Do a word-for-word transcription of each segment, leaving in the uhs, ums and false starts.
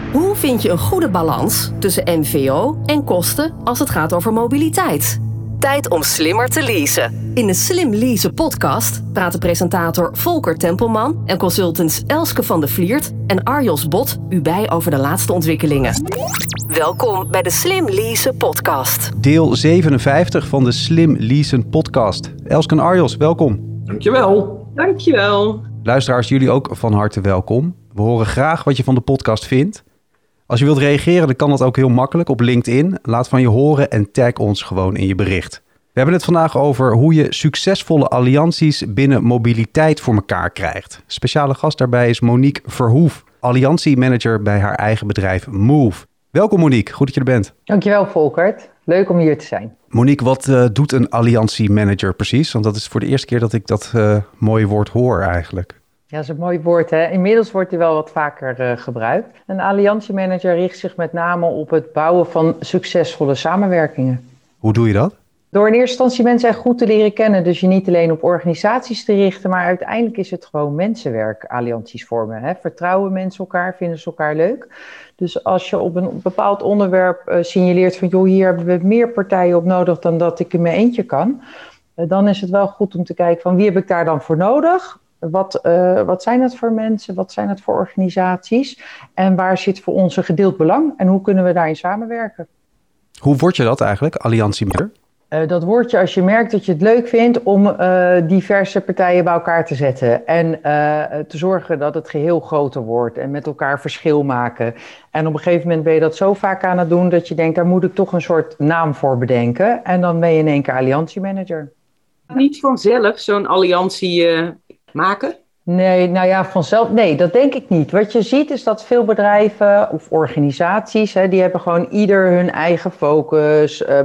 Hoe vind je een goede balans tussen M V O en kosten als het gaat over mobiliteit? Tijd om slimmer te leasen. In de Slim Leasen podcast praten presentator Volker Tempelman en consultants Elske van der Vliert en Arjos Bot u bij over de laatste ontwikkelingen. Welkom bij de Slim Leasen podcast. Deel zevenenvijftig van de Slim Leasen podcast. Elske en Arjos, welkom. Dankjewel. Dankjewel. Luisteraars, jullie ook van harte welkom. We horen graag wat je van de podcast vindt. Als je wilt reageren, dan kan dat ook heel makkelijk op LinkedIn. Laat van je horen en tag ons gewoon in je bericht. We hebben het vandaag over hoe je succesvolle allianties binnen mobiliteit voor elkaar krijgt. Speciale gast daarbij is Monique Verhoef, alliantiemanager bij haar eigen bedrijf Move. Welkom Monique, goed dat je er bent. Dankjewel Volkert, leuk om hier te zijn. Monique, wat uh, doet een alliantiemanager precies? Want dat is voor de eerste keer dat ik dat uh, mooie woord hoor eigenlijk. Ja, dat is een mooi woord, hè. Inmiddels wordt die wel wat vaker uh, gebruikt. Een alliantiemanager richt zich met name op het bouwen van succesvolle samenwerkingen. Hoe doe je dat? Door in eerste instantie mensen echt goed te leren kennen. Dus je niet alleen op organisaties te richten, maar uiteindelijk is het gewoon mensenwerk, allianties vormen. Hè. Vertrouwen mensen elkaar, vinden ze elkaar leuk. Dus als je op een bepaald onderwerp uh, signaleert van joh, hier hebben we meer partijen op nodig dan dat ik in mijn eentje kan. Uh, dan is het wel goed om te kijken van wie heb ik daar dan voor nodig? Wat, uh, wat zijn het voor mensen? Wat zijn het voor organisaties? En waar zit voor ons een gedeeld belang? En hoe kunnen we daarin samenwerken? Hoe word je dat eigenlijk, alliantiemanager? Uh, dat word je als je merkt dat je het leuk vindt om uh, diverse partijen bij elkaar te zetten. En uh, te zorgen dat het geheel groter wordt en met elkaar verschil maken. En op een gegeven moment ben je dat zo vaak aan het doen dat je denkt, daar moet ik toch een soort naam voor bedenken. En dan ben je in één keer alliantiemanager. Niet vanzelf zo'n alliantie uh, maken? Nee, nou ja, vanzelf. Nee, dat denk ik niet. Wat je ziet is dat veel bedrijven of organisaties, hè, die hebben gewoon ieder hun eigen focus. Uh, uh,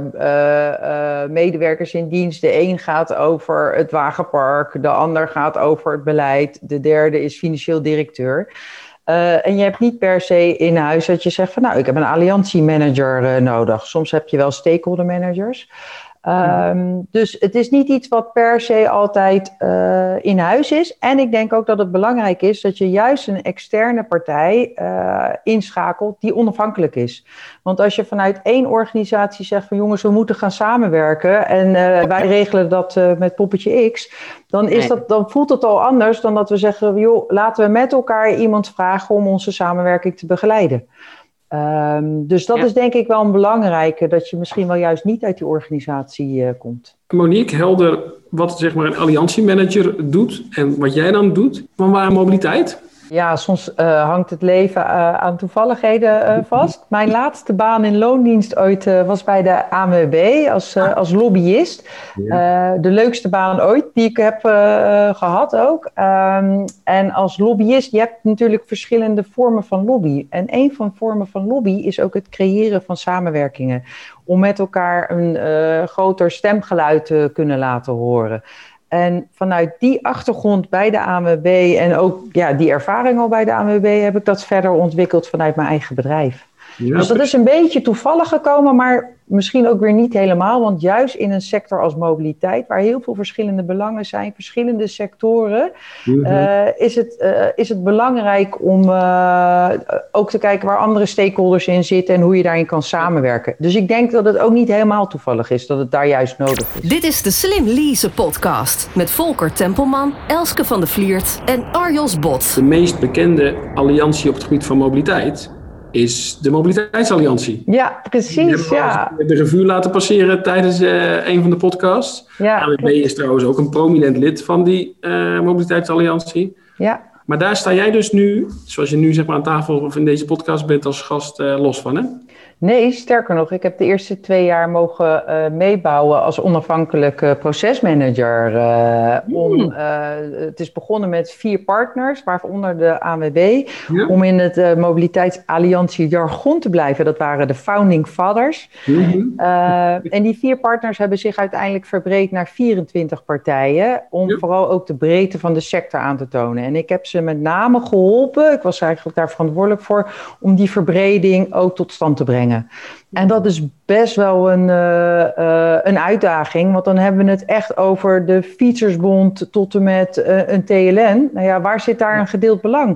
uh, medewerkers in dienst. De een gaat over het wagenpark, de ander gaat over het beleid, de derde is financieel directeur. Uh, en je hebt niet per se in huis dat je zegt van nou, ik heb een alliantiemanager uh, nodig. Soms heb je wel stakeholder managers. Um, dus het is niet iets wat per se altijd uh, in huis is. En ik denk ook dat het belangrijk is dat je juist een externe partij uh, inschakelt die onafhankelijk is. Want als je vanuit één organisatie zegt van jongens, we moeten gaan samenwerken en uh, wij regelen dat uh, met poppetje X, dan, is dat, dan voelt het al anders dan dat we zeggen, joh, laten we met elkaar iemand vragen om onze samenwerking te begeleiden. Um, dus dat ja. is denk ik wel een belangrijke, dat je misschien wel juist niet uit die organisatie uh, komt. Monique, helder wat zeg maar, een alliantiemanager doet en wat jij dan doet. Van waar mobiliteit? Ja, soms uh, hangt het leven uh, aan toevalligheden uh, vast. Mijn laatste baan in loondienst ooit uh, was bij de A N W B als, uh, als lobbyist. Uh, de leukste baan ooit die ik heb uh, gehad ook. Um, en als lobbyist, je hebt natuurlijk verschillende vormen van lobby. En een van de vormen van lobby is ook het creëren van samenwerkingen. Om met elkaar een uh, groter stemgeluid te kunnen laten horen. En vanuit die achtergrond bij de A N W B en ook ja, die ervaring al bij de A N W B heb ik dat verder ontwikkeld vanuit mijn eigen bedrijf. Ja, dus dat is een beetje toevallig gekomen, maar misschien ook weer niet helemaal. Want juist in een sector als mobiliteit, waar heel veel verschillende belangen zijn, verschillende sectoren, mm-hmm. uh, is, het, uh, is het belangrijk om uh, ook te kijken waar andere stakeholders in zitten en hoe je daarin kan samenwerken. Dus ik denk dat het ook niet helemaal toevallig is, dat het daar juist nodig is. Dit is de Slim Leasen podcast met Volker Tempelman, Elske van der Vliert en Arjos Bot. De meest bekende alliantie op het gebied van mobiliteit is de Mobiliteitsalliantie. Ja, precies. We ja. de revue laten passeren tijdens uh, een van de podcasts. Ja, A N W B is trouwens ook een prominent lid van die uh, Mobiliteitsalliantie. Ja. Maar daar sta jij dus nu, zoals je nu zeg maar aan tafel of in deze podcast bent als gast, uh, los van, hè? Nee, sterker nog, ik heb de eerste twee jaar mogen uh, meebouwen als onafhankelijke procesmanager. Uh, mm. om, uh, het is begonnen met vier partners, waaronder de A N W B, ja. om in het uh, mobiliteitsalliantie jargon te blijven. Dat waren de founding fathers. Mm-hmm. Uh, en die vier partners hebben zich uiteindelijk verbreed naar vierentwintig partijen, om ja. vooral ook de breedte van de sector aan te tonen. En ik heb ze met name geholpen, ik was eigenlijk daar verantwoordelijk voor, om die verbreding ook tot stand te brengen. En dat is best wel een, uh, uh, een uitdaging, want dan hebben we het echt over de Fietsersbond tot en met uh, een T L N. Nou ja, waar zit daar een gedeeld belang?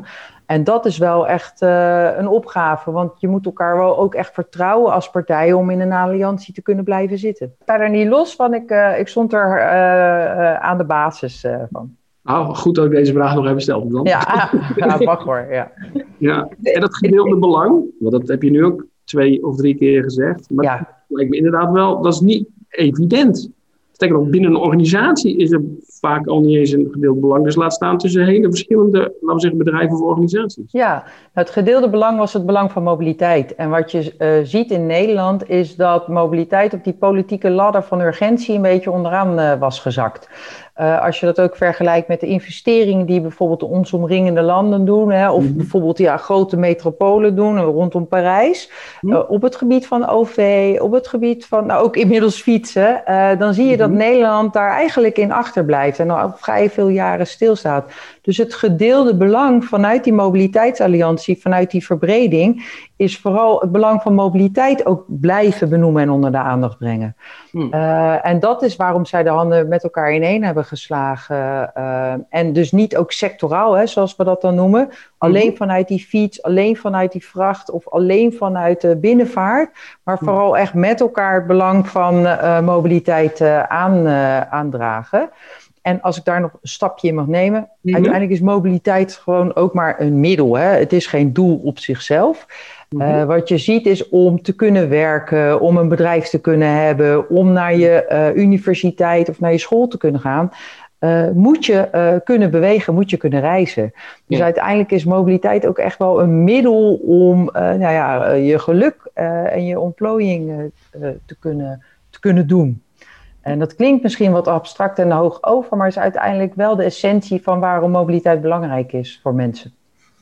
En dat is wel echt uh, een opgave, want je moet elkaar wel ook echt vertrouwen als partijen om in een alliantie te kunnen blijven zitten. Ik sta er niet los van, ik, uh, ik stond er uh, uh, aan de basis uh, van. Nou, goed dat ik deze vraag nog even stel. Dan. Ja, ja, mag hoor. Ja. Ja. En dat gedeelde belang, want dat heb je nu ook twee of drie keer gezegd. Maar ja. dat lijkt me inderdaad wel, dat is niet evident. Sterker nog, binnen een organisatie is er vaak al niet eens een gedeeld belang. Dus laat staan tussen hele verschillende, laten we zeggen, bedrijven of organisaties. Ja, nou, het gedeelde belang was het belang van mobiliteit. En wat je uh, ziet in Nederland is dat mobiliteit op die politieke ladder van urgentie een beetje onderaan uh, was gezakt. Uh, als je dat ook vergelijkt met de investeringen die bijvoorbeeld de ons omringende landen doen, hè, of mm-hmm. bijvoorbeeld ja, grote metropolen doen rondom Parijs, mm-hmm. uh, op het gebied van O V, op het gebied van nou, ook inmiddels fietsen, uh, dan zie je mm-hmm. dat Nederland daar eigenlijk in achterblijft en al vrij veel jaren stilstaat. Dus het gedeelde belang vanuit die mobiliteitsalliantie, vanuit die verbreding, is vooral het belang van mobiliteit ook blijven benoemen en onder de aandacht brengen. Hmm. Uh, en dat is waarom zij de handen met elkaar ineen hebben geslagen. Uh, en dus niet ook sectoraal, hè, zoals we dat dan noemen. Alleen hmm. vanuit die fiets, alleen vanuit die vracht of alleen vanuit de binnenvaart. Maar vooral echt met elkaar het belang van uh, mobiliteit uh, aan, uh, aandragen. En als ik daar nog een stapje in mag nemen, mm-hmm. uiteindelijk is mobiliteit gewoon ook maar een middel. Hè? Het is geen doel op zichzelf. Mm-hmm. Uh, wat je ziet is om te kunnen werken, om een bedrijf te kunnen hebben, om naar je uh, universiteit of naar je school te kunnen gaan. Uh, moet je uh, kunnen bewegen, moet je kunnen reizen. Dus ja. uiteindelijk is mobiliteit ook echt wel een middel om uh, nou ja, uh, je geluk uh, en je ontplooiing uh, uh, te, kunnen, te kunnen doen. En dat klinkt misschien wat abstract en hoog over, maar is uiteindelijk wel de essentie van waarom mobiliteit belangrijk is voor mensen.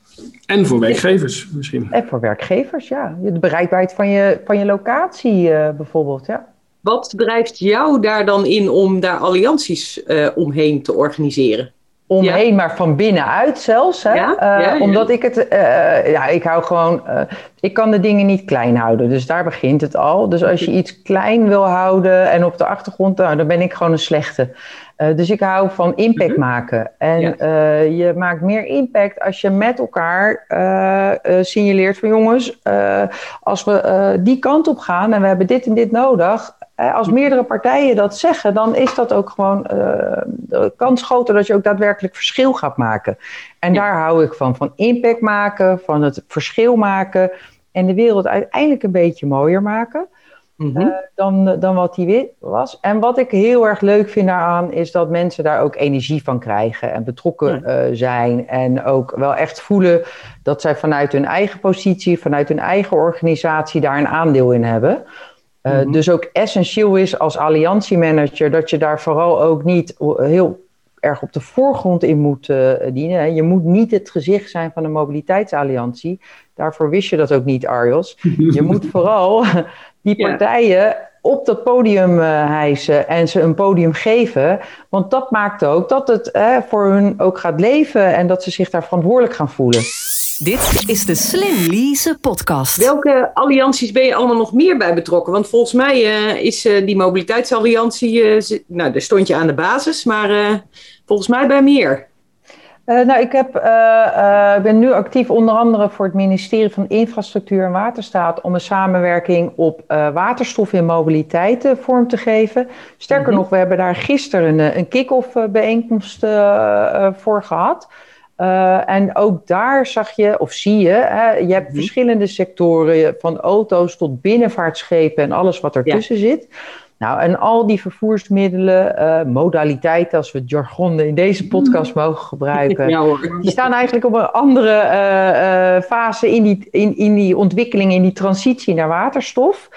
En voor werkgevers misschien. En voor werkgevers, ja. De bereikbaarheid van je, van je locatie uh, bijvoorbeeld, ja. Wat drijft jou daar dan in om daar allianties uh, omheen te organiseren? Omheen, ja. Maar van binnenuit zelfs. Hè? Ja, ja, ja. Uh, omdat ik het, uh, ja, ik hou gewoon, uh, ik kan de dingen niet klein houden. Dus daar begint het al. Dus als je iets klein wil houden en op de achtergrond, nou, dan ben ik gewoon een slechte. Uh, dus ik hou van impact mm-hmm. maken. En ja. uh, je maakt meer impact als je met elkaar uh, uh, signaleert van jongens, uh, als we uh, die kant op gaan en we hebben dit en dit nodig. Als meerdere partijen dat zeggen, dan is dat ook gewoon uh, de kans groter dat je ook daadwerkelijk verschil gaat maken. En ja. daar hou ik van. Van impact maken, van het verschil maken en de wereld uiteindelijk een beetje mooier maken mm-hmm. uh, dan, dan wat die was. En wat ik heel erg leuk vind daaraan is dat mensen daar ook energie van krijgen en betrokken ja. uh, zijn. En ook wel echt voelen dat zij vanuit hun eigen positie, vanuit hun eigen organisatie daar een aandeel in hebben. Uh, mm-hmm. Dus ook essentieel is als alliantiemanager dat je daar vooral ook niet heel erg op de voorgrond in moet uh, dienen. Je moet niet het gezicht zijn van een mobiliteitsalliantie. Daarvoor wist je dat ook niet, Arjos. Je moet vooral die partijen yeah. op dat podium uh, hijsen en ze een podium geven. Want dat maakt ook dat het uh, voor hun ook gaat leven en dat ze zich daar verantwoordelijk gaan voelen. Dit is de Slim Lease podcast. Welke allianties ben je allemaal nog meer bij betrokken? Want volgens mij uh, is uh, die mobiliteitsalliantie, uh, z- nou daar stond je aan de basis, maar uh, volgens mij bij meer. Uh, nou, ik heb, uh, uh, ben nu actief onder andere voor het ministerie van Infrastructuur en Waterstaat om een samenwerking op uh, waterstof en mobiliteit uh, vorm te geven. Sterker mm-hmm. nog, we hebben daar gisteren een, een kick-off uh, bijeenkomst uh, uh, voor gehad. Uh, en ook daar zag je, of zie je, hè, je hebt mm-hmm. verschillende sectoren, van auto's tot binnenvaartschepen en alles wat ertussen ja. zit. Nou, en al die vervoersmiddelen, uh, modaliteiten, als we het jargon in deze podcast mogen gebruiken, ja, die staan eigenlijk op een andere uh, uh, fase in die, in, in die ontwikkeling, in die transitie naar waterstof.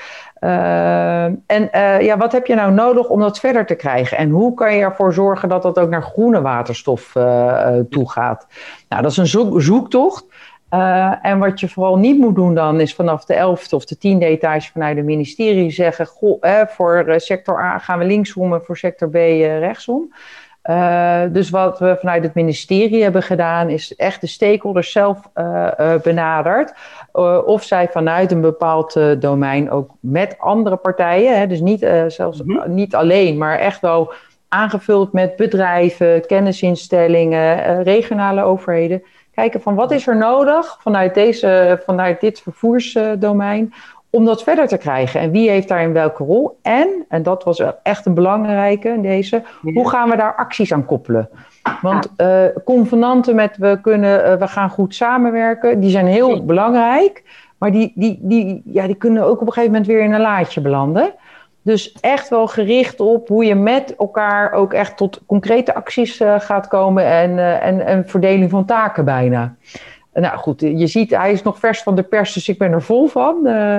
Uh, en uh, ja, wat heb je nou nodig om dat verder te krijgen? En hoe kan je ervoor zorgen dat dat ook naar groene waterstof uh, toe gaat? Nou, dat is een zoek- zoektocht. Uh, en wat je vooral niet moet doen dan is vanaf de elfde of de tiende etage vanuit het ministerie zeggen, goh, eh, voor sector A gaan we linksom en voor sector B uh, rechtsom. Uh, dus wat we vanuit het ministerie hebben gedaan is echt de stakeholders zelf uh, uh, benaderd. Uh, of zij vanuit een bepaald uh, domein ook met andere partijen, hè, dus niet, uh, zelfs, mm-hmm. uh, niet alleen, maar echt wel aangevuld met bedrijven, kennisinstellingen, uh, regionale overheden, Kijken van wat is er nodig vanuit, deze, vanuit dit vervoersdomein om dat verder te krijgen. En wie heeft daarin welke rol? En, en dat was echt een belangrijke in deze, ja. hoe gaan we daar acties aan koppelen? Want uh, convenanten met we, kunnen, uh, we gaan goed samenwerken, die zijn heel ja. belangrijk. Maar die, die, die, ja, die kunnen ook op een gegeven moment weer in een laadje belanden. Dus echt wel gericht op hoe je met elkaar ook echt tot concrete acties uh, gaat komen en, uh, en, en verdeling van taken bijna. Nou goed, je ziet, hij is nog vers van de pers, dus ik ben er vol van. Uh,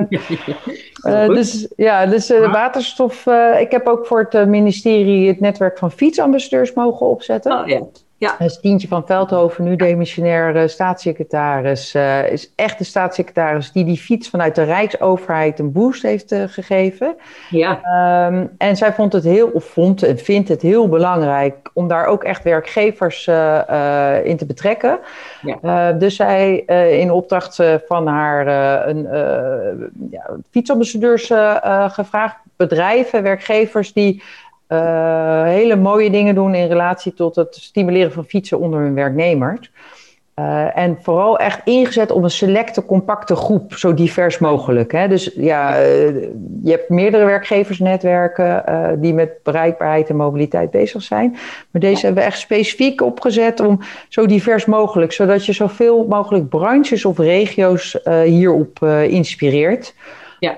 uh, dus ja, dus uh, waterstof. Uh, ik heb ook voor het uh, ministerie het netwerk van fietsambassadeurs mogen opzetten. Oh, ja. Ja. Uh, Stientje van Veldhoven, nu demissionair uh, staatssecretaris, uh, is echt de staatssecretaris die die fiets vanuit de Rijksoverheid een boost heeft uh, gegeven. Ja. Um, en zij vond het heel, of vond en vindt het heel belangrijk om daar ook echt werkgevers uh, uh, in te betrekken. Ja. Uh, dus zij uh, in opdracht uh, van haar uh, een uh, ja, fietsambassadeurs uh, uh, gevraagd, bedrijven, werkgevers die Uh, hele mooie dingen doen in relatie tot het stimuleren van fietsen onder hun werknemers. Uh, en vooral echt ingezet op een selecte, compacte groep, zo divers mogelijk. Hè? Dus ja, uh, je hebt meerdere werkgeversnetwerken uh, die met bereikbaarheid en mobiliteit bezig zijn. Maar deze ja. hebben we echt specifiek opgezet om zo divers mogelijk, zodat je zoveel mogelijk branches of regio's uh, hierop uh, inspireert. Ja.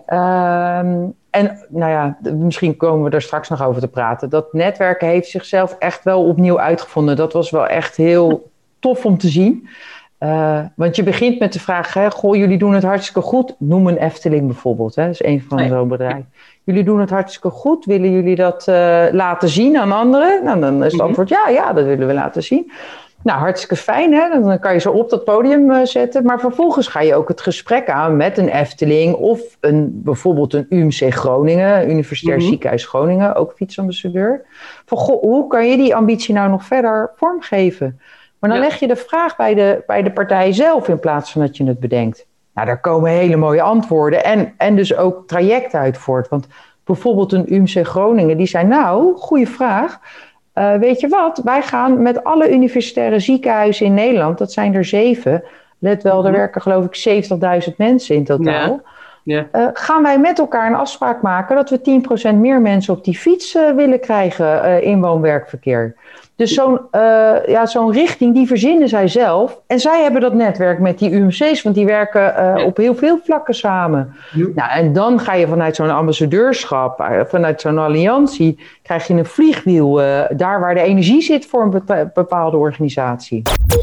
Um, En nou ja, misschien komen we er straks nog over te praten. Dat netwerken heeft zichzelf echt wel opnieuw uitgevonden. Dat was wel echt heel tof om te zien. Uh, want je begint met de vraag, hè, goh, jullie doen het hartstikke goed. Noem een Efteling bijvoorbeeld, hè, dat is een van nee. zo'n bedrijf. Jullie doen het hartstikke goed. Willen jullie dat uh, laten zien aan anderen? Nou, dan is het antwoord ja, ja, dat willen we laten zien. Nou, hartstikke fijn, hè? Dan kan je ze op dat podium uh, zetten. Maar vervolgens ga je ook het gesprek aan met een Efteling of een, bijvoorbeeld een U M C Groningen, Universitair mm-hmm. Ziekenhuis Groningen, ook fietsambassadeur. Van, goh, hoe kan je die ambitie nou nog verder vormgeven? Maar dan ja. leg je de vraag bij de, bij de partij zelf in plaats van dat je het bedenkt. Nou, daar komen hele mooie antwoorden en, en dus ook trajecten uit voort. Want bijvoorbeeld een U M C Groningen, die zei nou, goede vraag. Uh, weet je wat, wij gaan met alle universitaire ziekenhuizen in Nederland, dat zijn er zeven, let wel, mm-hmm. er werken geloof ik zeventigduizend mensen in totaal. Ja. Ja. Uh, gaan wij met elkaar een afspraak maken dat we tien procent meer mensen op die fiets uh, willen krijgen uh, in woon-werkverkeer. Dus zo'n, uh, ja, zo'n richting, die verzinnen zij zelf. En zij hebben dat netwerk met die U M C's, want die werken uh, ja. op heel veel vlakken samen. Ja. Nou, en dan ga je vanuit zo'n ambassadeurschap, uh, vanuit zo'n alliantie, krijg je een vliegwiel uh, daar waar de energie zit voor een bepa- bepaalde organisatie.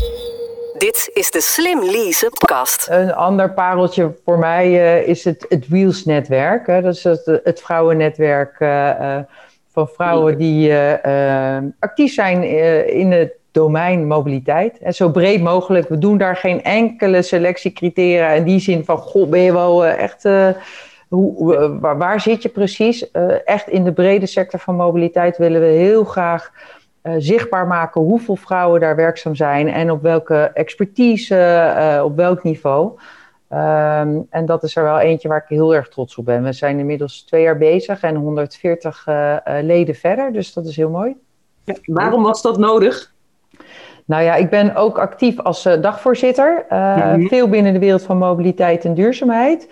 Dit is de Slim Lease podcast. Een ander pareltje voor mij uh, is het, het Wheels-netwerk. Hè. Dat is het, het vrouwennetwerk uh, uh, van vrouwen die uh, uh, actief zijn uh, in het domein mobiliteit. En zo breed mogelijk. We doen daar geen enkele selectiecriteria in die zin van, goh, ben je wel uh, echt... Uh, hoe, uh, waar, waar zit je precies? Uh, echt in de brede sector van mobiliteit willen we heel graag... Uh, zichtbaar maken hoeveel vrouwen daar werkzaam zijn en op welke expertise, uh, op welk niveau. Um, en dat is er wel eentje waar ik heel erg trots op ben. We zijn inmiddels twee jaar bezig en honderdveertig uh, uh, leden verder, dus dat is heel mooi. Ja, waarom was dat nodig? Nou ja, ik ben ook actief als uh, dagvoorzitter, uh, mm-hmm. veel binnen de wereld van mobiliteit en duurzaamheid.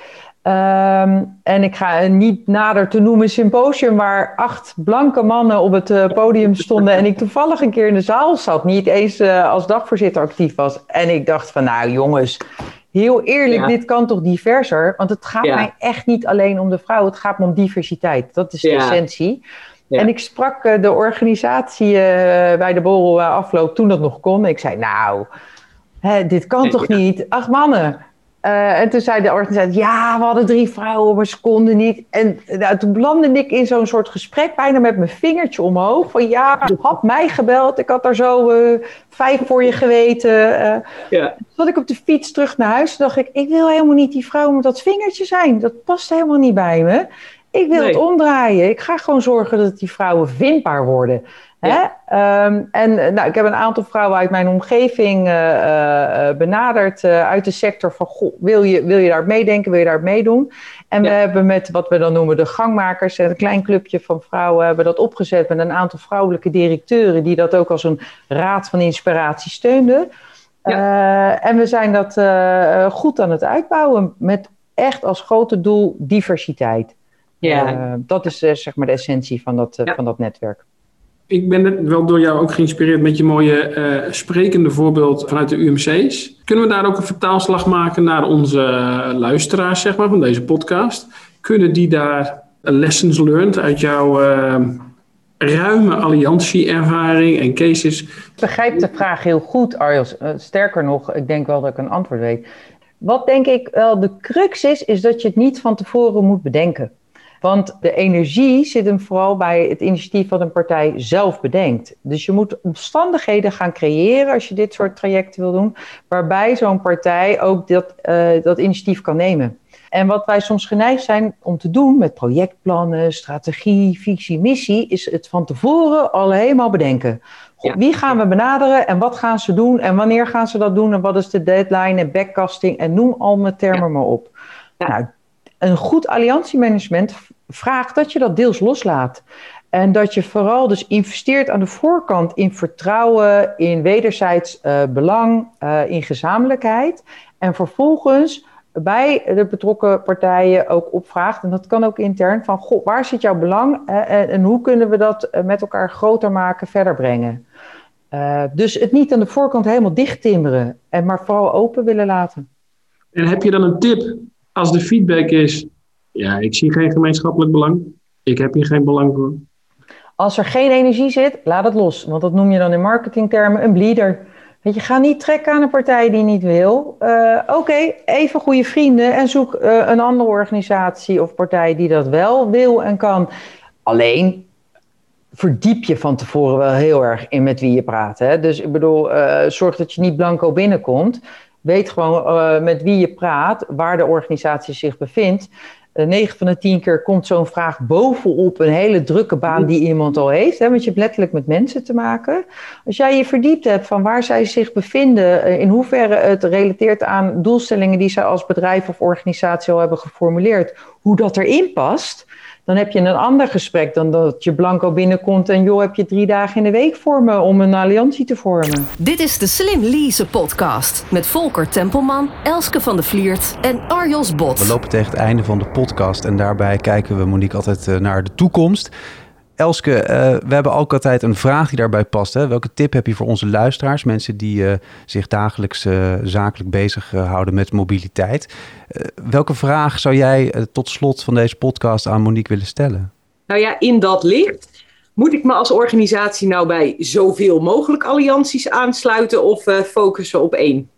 Um, en ik ga een niet nader te noemen symposium waar acht blanke mannen op het uh, podium stonden en ik toevallig een keer in de zaal zat, niet eens uh, als dagvoorzitter actief was. En ik dacht van nou jongens, heel eerlijk, ja. dit kan toch diverser? Want het gaat ja. mij echt niet alleen om de vrouw, het gaat me om diversiteit. Dat is de ja. essentie. Ja. En ik sprak uh, de organisatie uh, bij de borrel uh, afloop toen dat nog kon. Ik zei nou, hè, dit kan nee, toch ja. niet? Acht mannen. Uh, en toen zei de organisatie, ja, we hadden drie vrouwen, maar ze konden niet. En uh, toen belandde ik in zo'n soort gesprek, bijna met mijn vingertje omhoog. Van ja, had mij gebeld, ik had daar zo uh, vijf voor je geweten. Uh, ja. Toen zat ik op de fiets terug naar huis, toen dacht ik, ik wil helemaal niet die vrouw met dat vingertje zijn. Dat past helemaal niet bij me. Ik wil nee. het omdraaien. Ik ga gewoon zorgen dat die vrouwen vindbaar worden. Ja. Hè? Um, en nou, ik heb een aantal vrouwen uit mijn omgeving uh, uh, benaderd uh, uit de sector van, goh, wil je, wil je daar meedenken, wil je daar meedoen? En ja. we hebben met wat we dan noemen de gangmakers, een klein clubje van vrouwen, hebben dat opgezet met een aantal vrouwelijke directeuren die dat ook als een raad van inspiratie steunden. Ja. Uh, en we zijn dat uh, goed aan het uitbouwen met echt als grote doel diversiteit. Ja. Uh, dat is uh, zeg maar de essentie van dat, uh, ja. van dat netwerk. Ik ben net wel door jou ook geïnspireerd met je mooie uh, sprekende voorbeeld vanuit de U M C's. Kunnen we daar ook een vertaalslag maken naar onze luisteraars, zeg maar, van deze podcast? Kunnen die daar lessons learned uit jouw uh, ruime alliantie-ervaring en cases? Ik begrijp de vraag heel goed, Arjos. Uh, sterker nog, ik denk wel dat ik een antwoord weet. Wat denk ik wel de crux is, is dat je het niet van tevoren moet bedenken. Want de energie zit hem vooral bij het initiatief wat een partij zelf bedenkt. Dus je moet omstandigheden gaan creëren als je dit soort trajecten wil doen, waarbij zo'n partij ook dat, uh, dat initiatief kan nemen. En wat wij soms geneigd zijn om te doen met projectplannen, strategie, visie, missie, is het van tevoren al helemaal bedenken. God, wie gaan we benaderen en wat gaan ze doen en wanneer gaan ze dat doen en wat is de deadline en backcasting en noem al mijn termen ja. maar op. Ja. Nou, een goed alliantiemanagement vraagt dat je dat deels loslaat. En dat je vooral dus investeert aan de voorkant in vertrouwen, in wederzijds uh, belang, uh, in gezamenlijkheid. En vervolgens bij de betrokken partijen ook opvraagt, en dat kan ook intern, van goh, waar zit jouw belang uh, en, en hoe kunnen we dat uh, met elkaar groter maken, verder brengen. Uh, dus het niet aan de voorkant helemaal dicht timmeren, en maar vooral open willen laten. En heb je dan een tip als de feedback is, ja, ik zie geen gemeenschappelijk belang, ik heb hier geen belang voor? Als er geen energie zit, laat het los, want dat noem je dan in marketingtermen een bleeder. Weet je, ga niet trekken aan een partij die niet wil. Uh, Oké, okay, even goede vrienden en zoek uh, een andere organisatie of partij die dat wel wil en kan. Alleen verdiep je van tevoren wel heel erg in met wie je praat. Hè? Dus ik bedoel, uh, zorg dat je niet blanco binnenkomt. Weet gewoon uh, met wie je praat, waar de organisatie zich bevindt. Uh, negen van de tien keer komt zo'n vraag bovenop een hele drukke baan die iemand al heeft. Hè, want je hebt letterlijk met mensen te maken. Als jij je verdiept hebt van waar zij zich bevinden, uh, in hoeverre het relateert aan doelstellingen die zij als bedrijf of organisatie al hebben geformuleerd, hoe dat erin past, dan heb je een ander gesprek dan dat je blanco binnenkomt en joh, heb je drie dagen in de week voor me om een alliantie te vormen. Dit is de Slim Leasen podcast met Volker Tempelman, Elske van de Vliert en Arjos Bot. We lopen tegen het einde van de podcast en daarbij kijken we, Monique, altijd naar de toekomst. Elske, uh, we hebben ook altijd een vraag die daarbij past. Hè? Welke tip heb je voor onze luisteraars? Mensen die uh, zich dagelijks uh, zakelijk bezig uh, houden met mobiliteit. Uh, welke vraag zou jij uh, tot slot van deze podcast aan Monique willen stellen? Nou ja, in dat licht. Moet ik me als organisatie nou bij zoveel mogelijk allianties aansluiten of uh, focussen op één?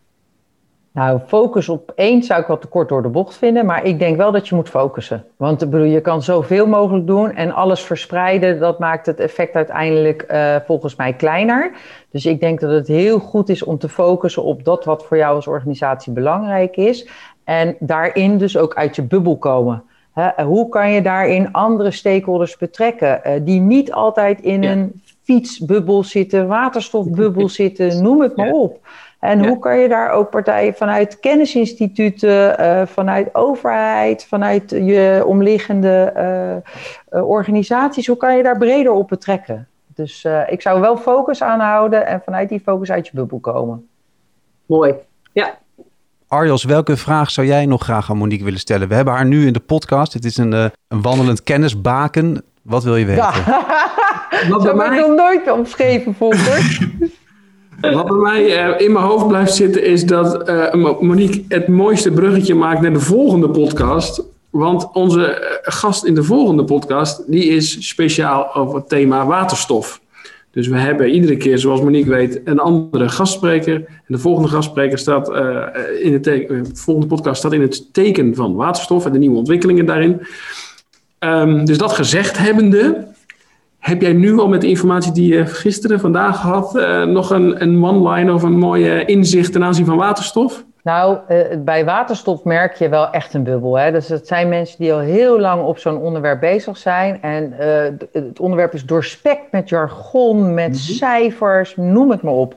Nou, focus op één zou ik wel te kort door de bocht vinden, maar ik denk wel dat je moet focussen. Want ik bedoel, je kan zoveel mogelijk doen en alles verspreiden, dat maakt het effect uiteindelijk uh, volgens mij kleiner. Dus ik denk dat het heel goed is om te focussen op dat wat voor jou als organisatie belangrijk is. En daarin dus ook uit je bubbel komen. He, hoe kan je daarin andere stakeholders betrekken uh, die niet altijd in ja. een fietsbubbel zitten, waterstofbubbel zitten, noem het maar ja. op. En ja. hoe kan je daar ook partijen vanuit kennisinstituten, uh, vanuit overheid, vanuit je omliggende uh, uh, organisaties, hoe kan je daar breder op betrekken? Dus uh, ik zou wel focus aanhouden en vanuit die focus uit je bubbel komen. Mooi, ja. Arjos, welke vraag zou jij nog graag aan Monique willen stellen? We hebben haar nu in de podcast. Het is een, uh, een wandelend kennisbaken. Wat wil je weten? Ja. Dat heb ik nog nooit omschreven, Volker. Wat bij mij uh, in mijn hoofd blijft zitten is dat uh, Monique het mooiste bruggetje maakt naar de volgende podcast. Want onze uh, gast in de volgende podcast, die is speciaal over het thema waterstof. Dus we hebben iedere keer, zoals Monique weet, een andere gastspreker. En de volgende gastspreker staat uh, in het teken, uh, de volgende podcast staat in het teken van waterstof en de nieuwe ontwikkelingen daarin. Um, dus dat gezegd hebbende, heb jij nu al met de informatie die je gisteren, vandaag had, uh, nog een, een one-line of een mooie inzicht ten aanzien van waterstof? Nou, uh, bij waterstof merk je wel echt een bubbel. Hè? Dus het zijn mensen die al heel lang op zo'n onderwerp bezig zijn. En uh, het onderwerp is doorspekt met jargon, met mm-hmm. cijfers, noem het maar op.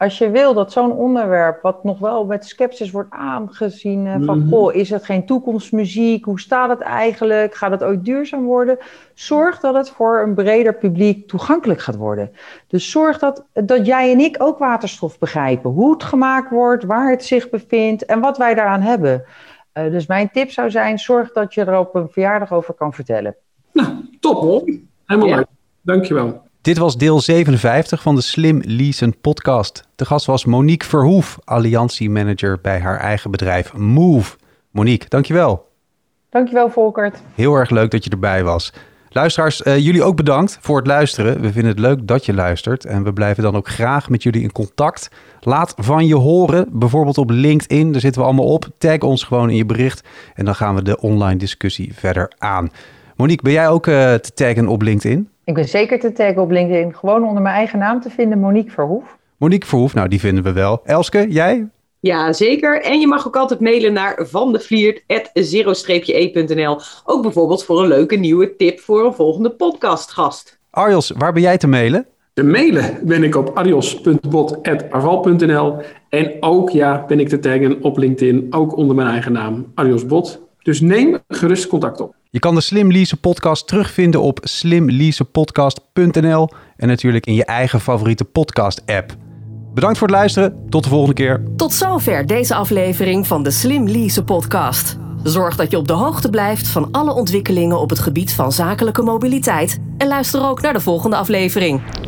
als je wil dat zo'n onderwerp, wat nog wel met sceptisch wordt aangezien, uh, van, Mhm. goh, is het geen toekomstmuziek? Hoe staat het eigenlijk? Gaat het ooit duurzaam worden? Zorg dat het voor een breder publiek toegankelijk gaat worden. Dus zorg dat, dat jij en ik ook waterstof begrijpen. Hoe het gemaakt wordt, waar het zich bevindt en wat wij daaraan hebben. Uh, dus mijn tip zou zijn, zorg dat je er op een verjaardag over kan vertellen. Nou, top. Helemaal Ja. leuk. Dankjewel. Dit was deel zevenenvijftig van de Slim Leasen podcast. De gast was Monique Verhoef, alliantiemanager bij haar eigen bedrijf Move. Monique, dankjewel. Dankjewel, Volkert. Heel erg leuk dat je erbij was. Luisteraars, uh, jullie ook bedankt voor het luisteren. We vinden het leuk dat je luistert en we blijven dan ook graag met jullie in contact. Laat van je horen, bijvoorbeeld op LinkedIn. Daar zitten we allemaal op. Tag ons gewoon in je bericht en dan gaan we de online discussie verder aan. Monique, ben jij ook uh, te taggen op LinkedIn? Ik ben zeker te taggen op LinkedIn. Gewoon onder mijn eigen naam te vinden, Monique Verhoef. Monique Verhoef, nou die vinden we wel. Elske, jij? Ja, zeker. En je mag ook altijd mailen naar vandevliert at zero e punt n l. Ook bijvoorbeeld voor een leuke nieuwe tip voor een volgende podcastgast. Arjos, waar ben jij te mailen? Te mailen ben ik op arjos punt bot at arval punt n l. En ook ja, ben ik te taggen op LinkedIn, ook onder mijn eigen naam, Arjos Bot. Dus neem gerust contact op. Je kan de Slim Leasen podcast terugvinden op slim leasen podcast punt n l en natuurlijk in je eigen favoriete podcast app. Bedankt voor het luisteren. Tot de volgende keer. Tot zover deze aflevering van de Slim Leasen podcast. Zorg dat je op de hoogte blijft van alle ontwikkelingen op het gebied van zakelijke mobiliteit en luister ook naar de volgende aflevering.